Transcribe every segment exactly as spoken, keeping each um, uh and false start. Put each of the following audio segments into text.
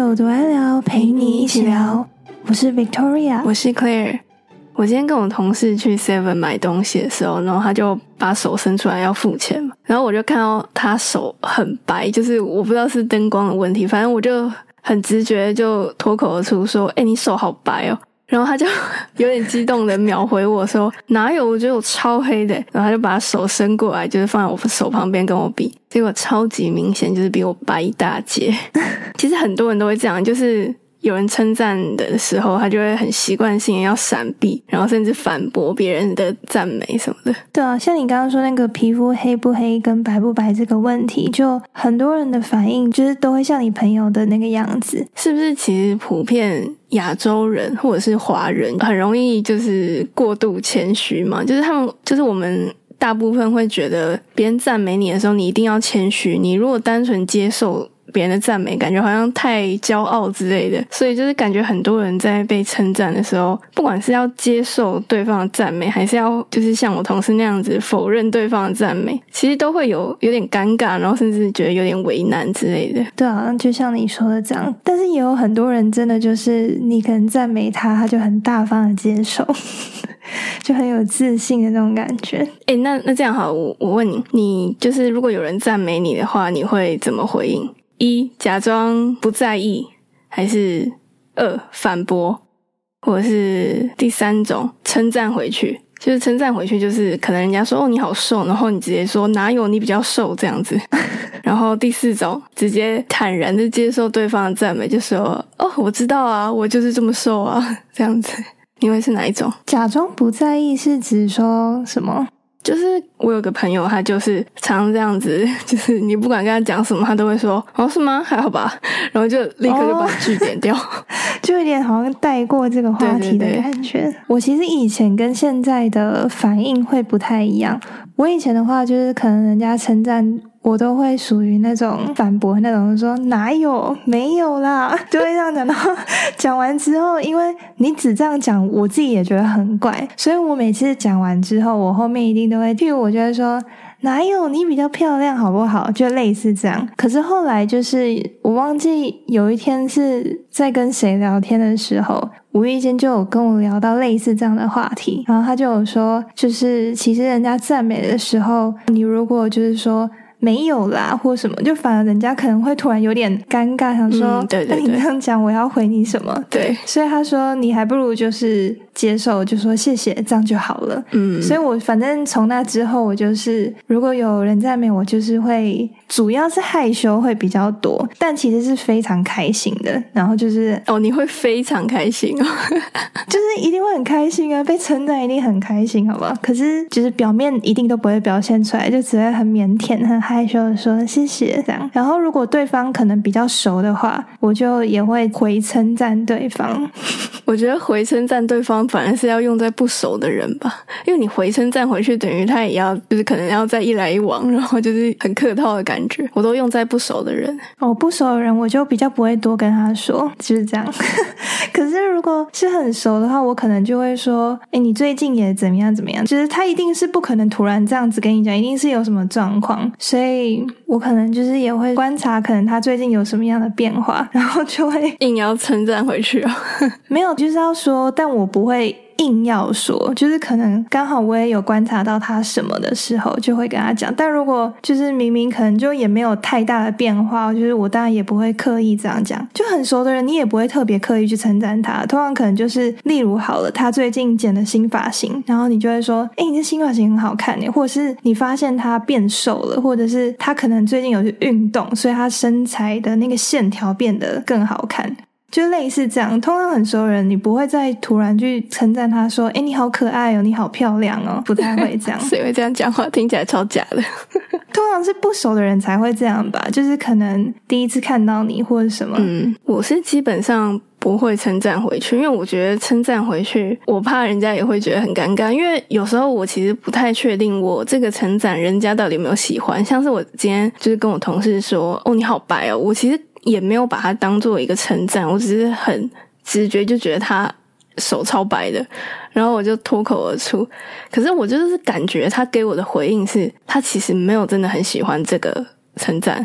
有多爱聊，陪你一起聊。我是 Victoria， 我是 Claire。我今天跟我同事去 Seven 买东西的时候，然后他就把手伸出来要付钱嘛，然后我就看到他手很白，就是我不知道是灯光的问题，反正我就很直觉就脱口而出说：“欸，你手好白哦。”然后他就有点激动的秒回我说：“哪有，我觉得我超黑的。”然后他就把手伸过来，就是放在我手旁边跟我比，结果超级明显，就是比我白一大截。其实很多人都会这样，就是有人称赞的时候，他就会很习惯性的要闪避，然后甚至反驳别人的赞美什么的。 对啊，像你刚刚说那个皮肤黑不黑跟白不白这个问题，就很多人的反应就是都会像你朋友的那个样子。 是不是其实普遍亚洲人或者是华人很容易就是过度谦虚嘛？就是他们就是我们大部分会觉得别人赞美你的时候，你一定要谦虚，你如果单纯接受别人的赞美，感觉好像太骄傲之类的，所以就是感觉很多人在被称赞的时候，不管是要接受对方的赞美，还是要就是像我同事那样子否认对方的赞美，其实都会有有点尴尬，然后甚至觉得有点为难之类的。 对啊，就像你说的这样，但是也有很多人真的就是你可能赞美他，他就很大方的接受就很有自信的那种感觉。 诶，那那这样好，我我问你，你就是如果有人赞美你的话，你会怎么回应？一，假装不在意，还是二，反驳，或者是第三种称赞回去？就是称赞回去，就是可能人家说哦你好瘦，然后你直接说哪有你比较瘦这样子。然后第四种直接坦然的接受对方的赞美，就说哦我知道啊，我就是这么瘦啊这样子。你会是哪一种？ 假装不在意是指说什么？ 就是我有个朋友，他就是常常这样子，就是你不管跟他讲什么，他都会说哦是吗？还好吧，然后就立刻就把句点掉。哦就有点好像带过这个话题的感觉。对对对，我其实以前跟现在的反应会不太一样。我以前的话就是可能人家称赞我都会属于那种反驳那种，说哪有没有啦，就会这样讲。然后讲完之后，因为你只这样讲，我自己也觉得很怪，所以我每次讲完之后，我后面一定都会，譬如我就会说哪有你比较漂亮好不好，就类似这样。可是后来就是我忘记有一天是在跟谁聊天的时候，无意间就有跟我聊到类似这样的话题，然后他就有说，就是其实人家赞美的时候，你如果就是说没有啦或什么，就反而人家可能会突然有点尴尬，想说、 嗯、对对对， 那你这样讲我要回你什么？ 对， 所以他说你还不如就是接受，就说谢谢，这样就好了。嗯，所以我反正从那之后，我就是如果有人赞美我，就是会主要是害羞会比较多，但其实是非常开心的。然后就是哦，你会非常开心哦， 就是一定会很开心啊，被称赞一定很开心，好不好？可是就是表面一定都不会表现出来，就只会很腼腆、很害羞的说谢谢这样。然后如果对方可能比较熟的话，我就也会回称赞对方。 我觉得回称赞对方反而是要用在不熟的人吧，因为你回称赞回去，等于他也要就是可能要再一来一往，然后就是很客套的感觉。我都用在不熟的人。 哦，不熟的人我就比较不会多跟他说，就是这样。可是如果是很熟的话，我可能就会说，诶，你最近也怎么样怎么样，就是他一定是不可能突然这样子跟你讲，一定是有什么状况，所以我可能就是也会观察可能他最近有什么样的变化，然后就会硬要称赞回去哦。 没有，就是要说，但我不会硬要说，就是可能刚好我也有观察到他什么的时候就会跟他讲。但如果就是明明可能就也没有太大的变化，就是我当然也不会刻意这样讲。就很熟的人你也不会特别刻意去称赞他，通常可能就是例如好了，他最近剪了新发型，然后你就会说诶，你这新发型很好看耶，或者是你发现他变瘦了，或者是他可能最近有去运动，所以他身材的那个线条变得更好看，就类似这样。通常很熟的人你不会再突然去称赞他说诶，你好可爱哦，你好漂亮哦，不太会这样。 谁会这样讲话？听起来超假的。 通常是不熟的人才会这样吧，就是可能第一次看到你或者什么。 嗯，我是基本上不会称赞回去，因为我觉得称赞回去我怕人家也会觉得很尴尬，因为有时候我其实不太确定我这个称赞人家到底有没有喜欢。像是我今天就是跟我同事说哦你好白哦，我其实也没有把它当做一个称赞，我只是很直觉就觉得他手超白的，然后我就脱口而出。可是我就是感觉他给我的回应是他其实没有真的很喜欢这个称赞，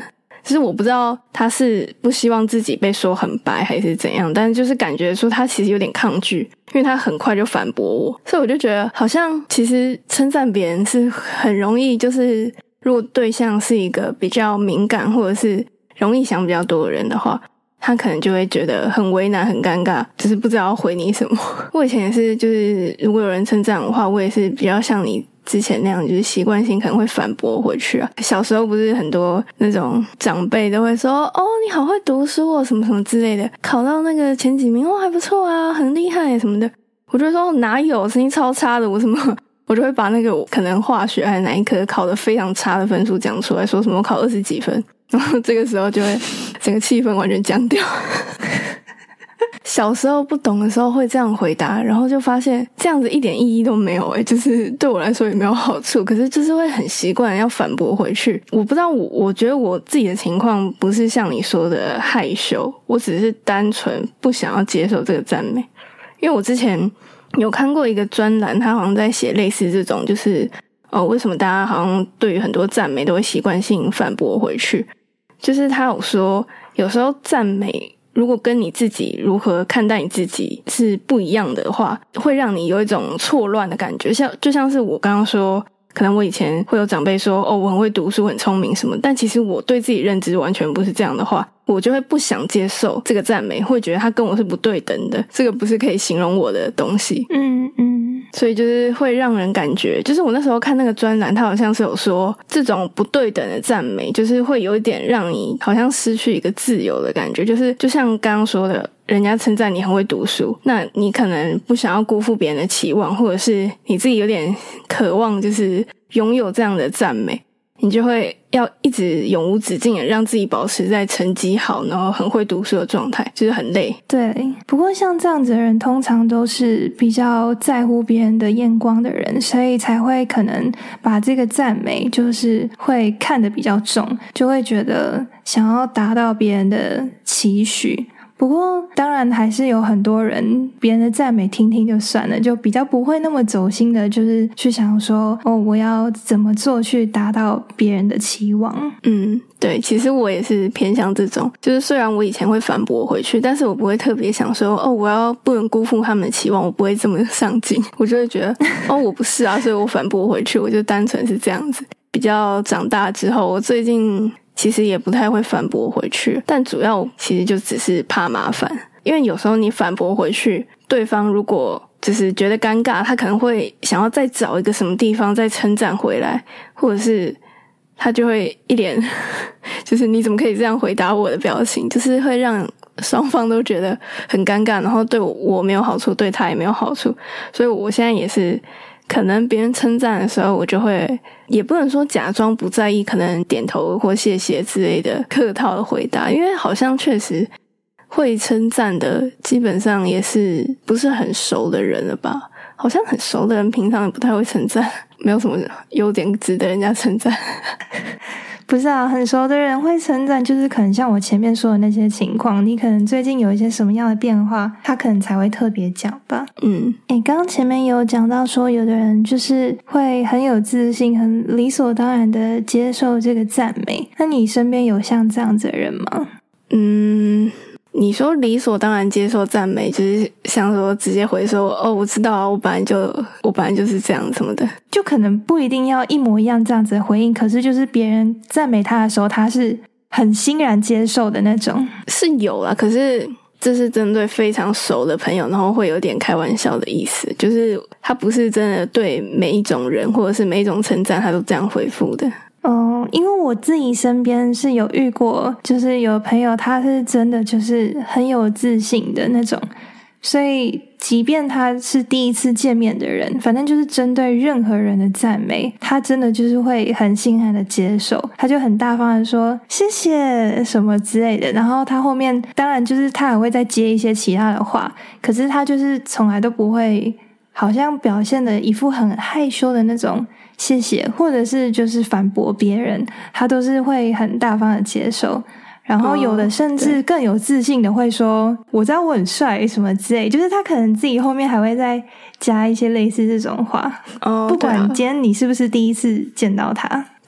就是我不知道他是不希望自己被说很白还是怎样，但是就是感觉说他其实有点抗拒，因为他很快就反驳我，所以我就觉得好像其实称赞别人是很容易，就是如果对象是一个比较敏感或者是容易想比较多的人的话，他可能就会觉得很为难很尴尬，就是不知道要回你什么。我以前也是，就是如果有人称赞我的话，我也是比较像你之前那样，就是习惯性可能会反驳回去啊。小时候不是很多那种长辈都会说哦你好会读书哦什么什么之类的，考到那个前几名哦还不错啊很厉害什么的，我就会说哪有，成绩超差的，我什么我就会把那个可能化学还是哪一科考得非常差的分数讲出来，说什么我考二十几分，然后这个时候就会整个气氛完全僵掉。小时候不懂的时候会这样回答，然后就发现这样子一点意义都没有诶、欸、就是对我来说也没有好处，可是就是会很习惯要反驳回去。我不知道我我觉得我自己的情况不是像你说的害羞，我只是单纯不想要接受这个赞美。因为我之前有看过一个专栏，他好像在写类似这种，就是哦为什么大家好像对于很多赞美都会习惯性反驳回去，就是他有说有时候赞美如果跟你自己如何看待你自己是不一样的话，会让你有一种错乱的感觉。像就像是我刚刚说，可能我以前会有长辈说哦我很会读书很聪明什么，但其实我对自己认知完全不是这样的话，我就会不想接受这个赞美，会觉得它跟我是不对等的，这个不是可以形容我的东西。 嗯嗯， 所以就是会让人感觉，就是我那时候看那个专栏，他好像是有说这种不对等的赞美就是会有一点让你好像失去一个自由的感觉，就是就像刚刚说的，人家称赞你很会读书，那你可能不想要辜负别人的期望，或者是你自己有点渴望就是拥有这样的赞美，你就会要一直永无止境的让自己保持在成绩好然后很会读书的状态，就是很累。 对，不过像这样子的人通常都是比较在乎别人的眼光的人，所以才会可能把这个赞美就是会看得比较重，就会觉得想要达到别人的期许。不过当然还是有很多人别人的赞美听听就算了，就比较不会那么走心的就是去想说哦我要怎么做去达到别人的期望。 嗯，对，其实我也是偏向这种，就是虽然我以前会反驳回去，但是我不会特别想说哦我要不能辜负他们的期望，我不会这么上进，我就会觉得哦我不是啊，所以我反驳回去，我就单纯是这样子。比较长大之后，我最近其实也不太会反驳回去，但主要其实就只是怕麻烦，因为有时候你反驳回去，对方如果就是觉得尴尬，他可能会想要再找一个什么地方再称赞回来，或者是他就会一脸就是你怎么可以这样回答我的表情，就是会让双方都觉得很尴尬，然后对我我没有好处，对他也没有好处。所以我现在也是可能别人称赞的时候，我就会也不能说假装不在意，可能点头或谢谢之类的客套的回答，因为好像确实会称赞的基本上也是不是很熟的人了吧，好像很熟的人平常也不太会称赞，没有什么优点值得人家称赞。 不是啊，很熟的人会称赞，就是可能像我前面说的那些情况，你可能最近有一些什么样的变化，他可能才会特别讲吧。 嗯， 诶，刚刚前面有讲到说，有的人就是会很有自信，很理所当然的接受这个赞美，那你身边有像这样子的人吗？ 嗯，你说理所当然接受赞美，就是像说直接回说哦我知道啊，我本来就我本来就是这样什么的， 就可能不一定要一模一样这样子的回应，可是就是别人赞美他的时候，他是很欣然接受的那种。 是有啦，可是这是针对非常熟的朋友，然后会有点开玩笑的意思，就是他不是真的对每一种人或者是每一种称赞他都这样回复的。 哦，因为我自己身边是有遇过，就是有朋友他是真的就是很有自信的那种，所以即便他是第一次见面的人，反正就是针对任何人的赞美，他真的就是会很欣然的接受，他就很大方的说谢谢什么之类的，然后他后面当然就是他还会再接一些其他的话，可是他就是从来都不会好像表现的一副很害羞的那种谢谢，或者是就是反驳别人，他都是会很大方的接受，然后有的甚至更有自信的会说、哦、我知道我很帅什么之类，就是他可能自己后面还会再加一些类似这种话、 哦、 不管今天你是不是第一次见到他。 这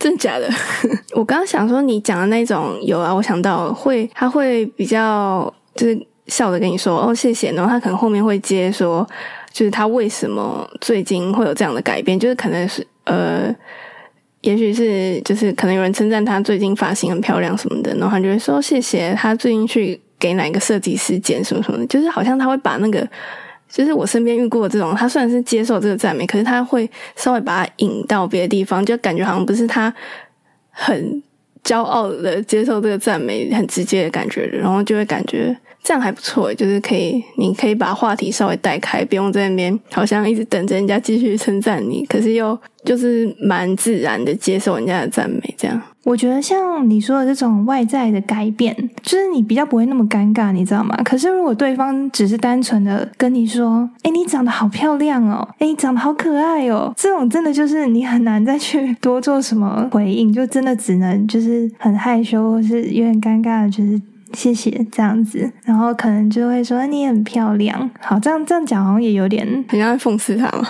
真的假的？我刚刚想说你讲的那种有啊，我想到会他会比较就是笑着跟你说哦谢谢，然后他可能后面会接说就是他为什么最近会有这样的改变，就是可能是呃也许是就是可能有人称赞他最近发型很漂亮什么的，然后他就会说谢谢他最近去给哪个设计师剪什么什么的，就是好像他会把那个就是我身边遇过的这种，他虽然是接受这个赞美，可是他会稍微把它引到别的地方，就感觉好像不是他很骄傲的接受这个赞美很直接的感觉，然后就会感觉这样还不错，就是可以你可以把话题稍微带开，不用在那边好像一直等着人家继续称赞你，可是又就是蛮自然的接受人家的赞美这样。 我觉得像你说的这种外在的改变，就是你比较不会那么尴尬，你知道吗？可是如果对方只是单纯的跟你说诶你长得好漂亮哦，诶你长得好可爱哦，这种真的就是你很难再去多做什么回应，就真的只能就是很害羞或是有点尴尬的就是谢谢这样子，然后可能就会说你也很漂亮。好，这样这样讲好像也有点很像在讽刺他嘛。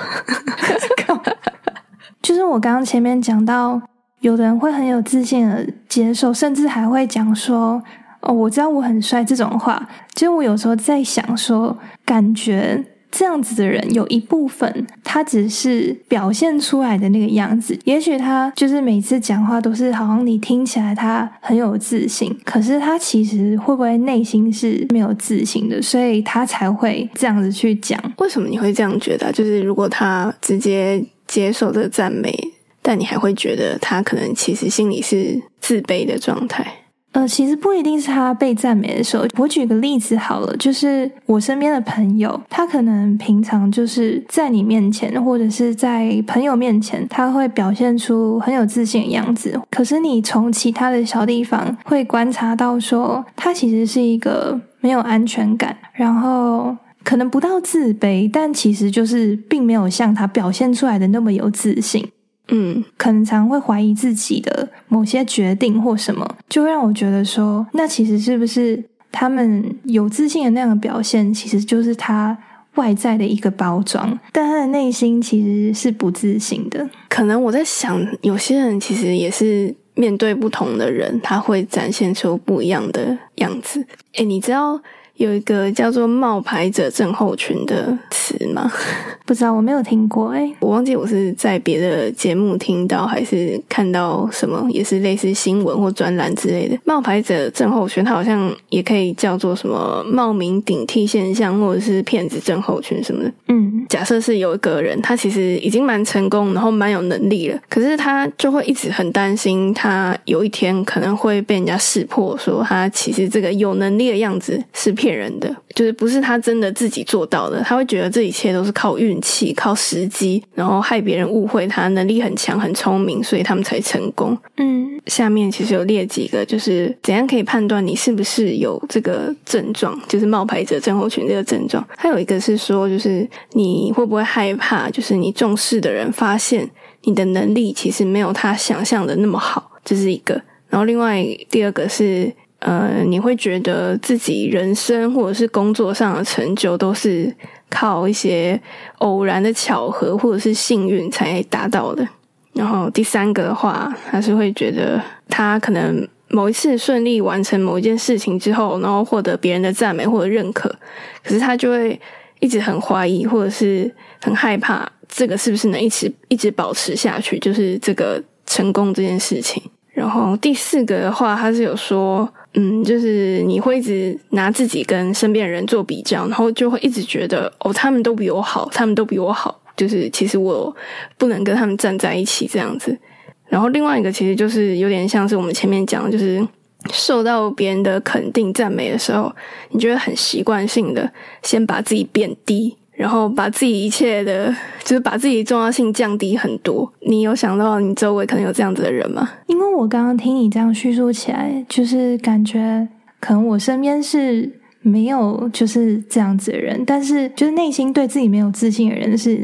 就是我刚刚前面讲到有的人会很有自信的接受，甚至还会讲说哦我知道我很帅这种话。其实我有时候在想说感觉这样子的人有一部分他只是表现出来的那个样子，也许他就是每次讲话都是好像你听起来他很有自信，可是他其实会不会内心是没有自信的，所以他才会这样子去讲。 为什么你会这样觉得、啊、就是如果他直接接受这个赞美，但你还会觉得他可能其实心里是自卑的状态？ 呃，其实不一定是他被赞美的时候。我举个例子好了，就是我身边的朋友，他可能平常就是在你面前或者是在朋友面前，他会表现出很有自信的样子，可是你从其他的小地方会观察到说他其实是一个没有安全感，然后可能不到自卑，但其实就是并没有像他表现出来的那么有自信。 嗯， 可能常会怀疑自己的某些决定或什么，就会让我觉得说那其实是不是他们有自信的那样的表现其实就是他外在的一个包装，但他的内心其实是不自信的。 可能我在想有些人其实也是面对不同的人他会展现出不一样的样子。诶，你知道有一个叫做冒牌者症候群的词吗？ 不知道，我没有听过。诶我忘记我是在别的节目听到还是看到什么也是类似新闻或专栏之类的。冒牌者症候群它好像也可以叫做什么冒名顶替现象或者是骗子症候群什么的。 嗯， 假设是有一个人他其实已经蛮成功然后蛮有能力了，可是他就会一直很担心他有一天可能会被人家识破说他其实这个有能力的样子是骗人的，就是不是他真的自己做到的，他会觉得这一切都是靠运气靠时机，然后害别人误会他能力很强很聪明，所以他们才成功。 嗯， 下面其实有列几个就是怎样可以判断你是不是有这个症状，就是冒牌者症候群这个症状。还有一个是说就是你会不会害怕就是你重视的人发现你的能力其实没有他想象的那么好，这是一个。然后另外第二个是呃，你会觉得自己人生或者是工作上的成就都是靠一些偶然的巧合或者是幸运才达到的。然后第三个的话，他是会觉得他可能某一次顺利完成某一件事情之后，然后获得别人的赞美或者认可，可是他就会一直很怀疑或者是很害怕这个是不是能一直一直保持下去，就是这个成功这件事情。然后第四个的话，他是有说嗯，就是你会一直拿自己跟身边的人做比较，然后就会一直觉得哦，他们都比我好，他们都比我好，就是其实我不能跟他们站在一起这样子。然后另外一个其实就是有点像是我们前面讲的，就是受到别人的肯定赞美的时候，你就会很习惯性的先把自己贬低，然后把自己一切的就是把自己重要性降低很多。你有想到你周围可能有这样子的人吗？ 因为我刚刚听你这样叙述起来，就是感觉可能我身边是没有就是这样子的人，但是就是内心对自己没有自信的人是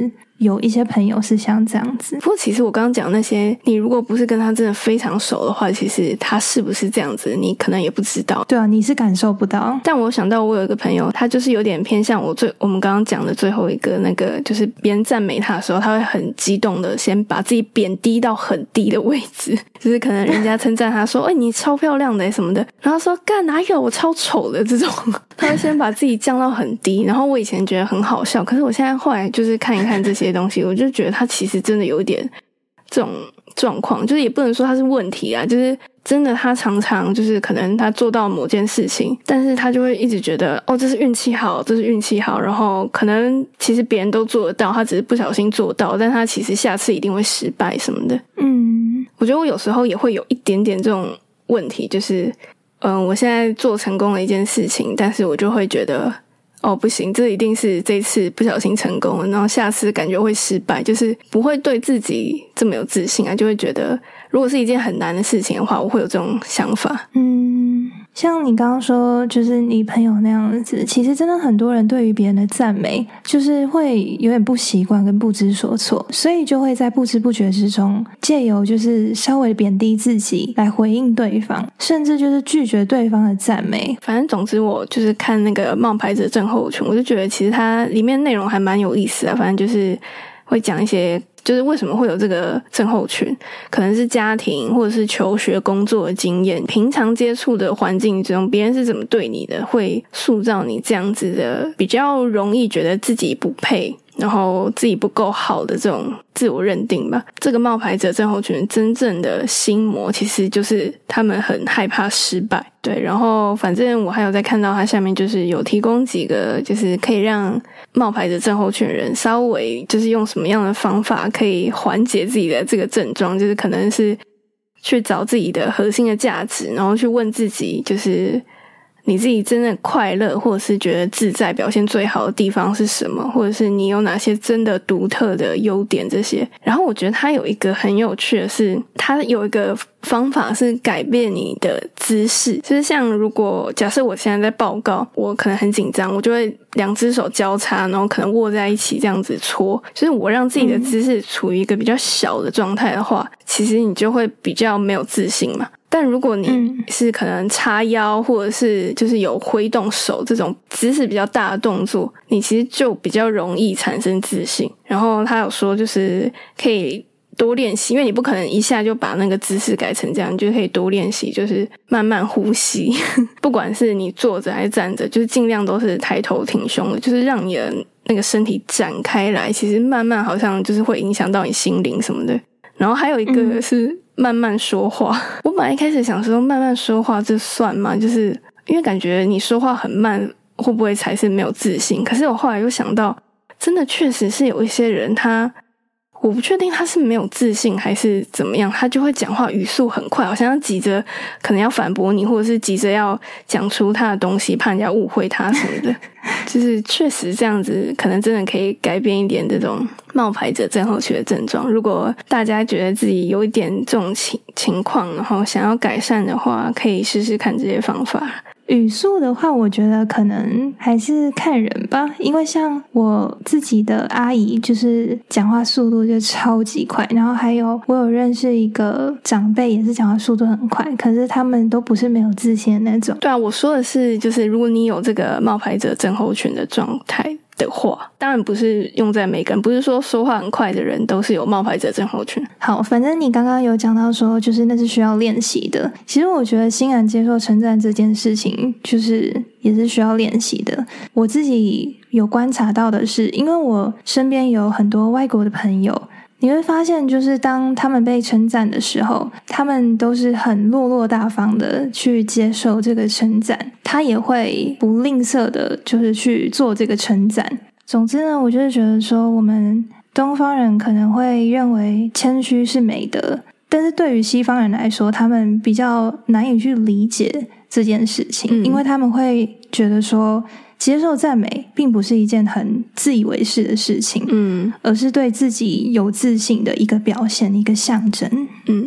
有一些朋友是像这样子。 不过其实我刚刚讲那些，你如果不是跟他真的非常熟的话，其实他是不是这样子你可能也不知道。 对啊，你是感受不到。 但我想到我有一个朋友，他就是有点偏向我最我们刚刚讲的最后一个那个，就是别人赞美他的时候，他会很激动的先把自己贬低到很低的位置，就是可能人家称赞他说哎、欸、你超漂亮的什么的，然后说干哪有我超丑的这种，他会先把自己降到很低。然后我以前觉得很好笑，可是我现在后来就是看一看这些东西，我就觉得他其实真的有一点这种状况，就是也不能说他是问题啊，就是真的他常常就是可能他做到某件事情，但是他就会一直觉得哦这是运气好，这是运气好，然后可能其实别人都做得到，他只是不小心做到，但他其实下次一定会失败什么的。 嗯， 我觉得我有时候也会有一点点这种问题，就是嗯、呃，我现在做成功了一件事情，但是我就会觉得哦不行，这一定是这一次不小心成功了，然后下次感觉会失败，就是不会对自己这么有自信啊，就会觉得如果是一件很难的事情的话，我会有这种想法。 嗯，像你刚刚说就是你朋友那样子，其实真的很多人对于别人的赞美就是会有点不习惯跟不知所措，所以就会在不知不觉之中借由就是稍微贬低自己来回应对方，甚至就是拒绝对方的赞美。 反正总之我就是看那个冒牌者症候群，我就觉得其实它里面内容还蛮有意思的，反正就是会讲一些就是为什么会有这个症候群，可能是家庭或者是求学工作的经验，平常接触的环境中别人是怎么对你的，会塑造你这样子的比较容易觉得自己不配，然后自己不够好的这种自我认定吧。这个冒牌者症候群真正的心魔其实就是他们很害怕失败。对，然后反正我还有在看到它下面就是有提供几个就是可以让冒牌者症候群人稍微就是用什么样的方法可以缓解自己的这个症状，就是可能是去找自己的核心的价值，然后去问自己就是你自己真的快乐或者是觉得自在表现最好的地方是什么，或者是你有哪些真的独特的优点这些。然后我觉得它有一个很有趣的是，它有一个方法是改变你的姿势，就是像如果假设我现在在报告，我可能很紧张，我就会两只手交叉，然后可能握在一起这样子搓，就是我让自己的姿势处于一个比较小的状态的话，其实你就会比较没有自信嘛。但如果你是可能叉腰或者是就是有挥动手这种姿势比较大的动作，你其实就比较容易产生自信。然后他有说就是可以多练习，因为你不可能一下就把那个姿势改成这样，你就可以多练习，就是慢慢呼吸不管是你坐着还是站着，就是尽量都是抬头挺胸的，就是让你的那个身体展开来，其实慢慢好像就是会影响到你心灵什么的。然后还有一个是慢慢说话、嗯、我本来一开始想说慢慢说话这算吗，就是因为感觉你说话很慢会不会才是没有自信，可是我后来又想到真的确实是有一些人他我不确定他是没有自信还是怎么样，他就会讲话语速很快，好像要急着可能要反驳你，或者是急着要讲出他的东西，怕人家误会他什么的就是确实这样子可能真的可以改变一点这种冒牌者症候群的症状。如果大家觉得自己有一点这种情情况，然后想要改善的话，可以试试看这些方法。 语速的话我觉得可能还是看人吧，因为像我自己的阿姨就是讲话速度就超级快，然后还有我有认识一个长辈也是讲话速度很快，可是他们都不是没有自信的那种。 对啊，我说的是就是如果你有这个冒牌者症候群的状态的话，当然不是用在每个人，不是说说话很快的人都是有冒牌者症候群。 好，反正你刚刚有讲到说就是那是需要练习的，其实我觉得欣然接受称赞这件事情就是也是需要练习的。我自己有观察到的是，因为我身边有很多外国的朋友，你会发现就是当他们被称赞的时候，他们都是很落落大方的去接受这个称赞，他也会不吝啬的就是去做这个称赞。总之呢，我就是觉得说我们东方人可能会认为谦虚是美德，但是对于西方人来说，他们比较难以去理解这件事情、嗯、因为他们会觉得说接受赞美并不是一件很自以为是的事情，嗯，而是对自己有自信的一个表现，一个象征。 嗯，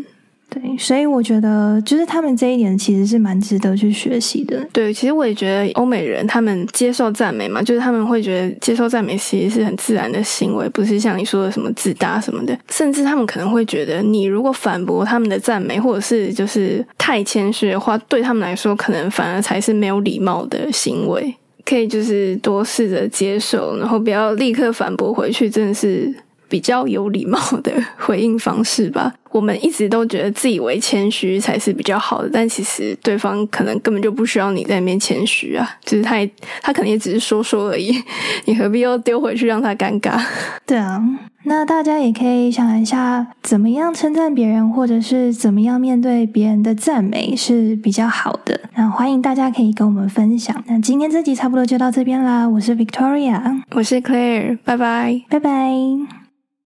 对，所以我觉得就是他们这一点其实是蛮值得去学习的。 对，其实我也觉得欧美人他们接受赞美嘛，就是他们会觉得接受赞美其实是很自然的行为，不是像你说的什么自大什么的，甚至他们可能会觉得你如果反驳他们的赞美，或者是就是太谦虚的话，对他们来说可能反而才是没有礼貌的行为。可以就是多试着接受，然后不要立刻反驳回去，真的是比较有礼貌的回应方式吧。我们一直都觉得自以为谦虚才是比较好的，但其实对方可能根本就不需要你在那边谦虚啊，就是他也他可能也只是说说而已，你何必又丢回去让他尴尬？ 对啊，那大家也可以想一下怎么样称赞别人，或者是怎么样面对别人的赞美是比较好的。那欢迎大家可以跟我们分享。那今天这集差不多就到这边啦，我是 Victoria， 我是 Claire， 拜拜， 拜拜。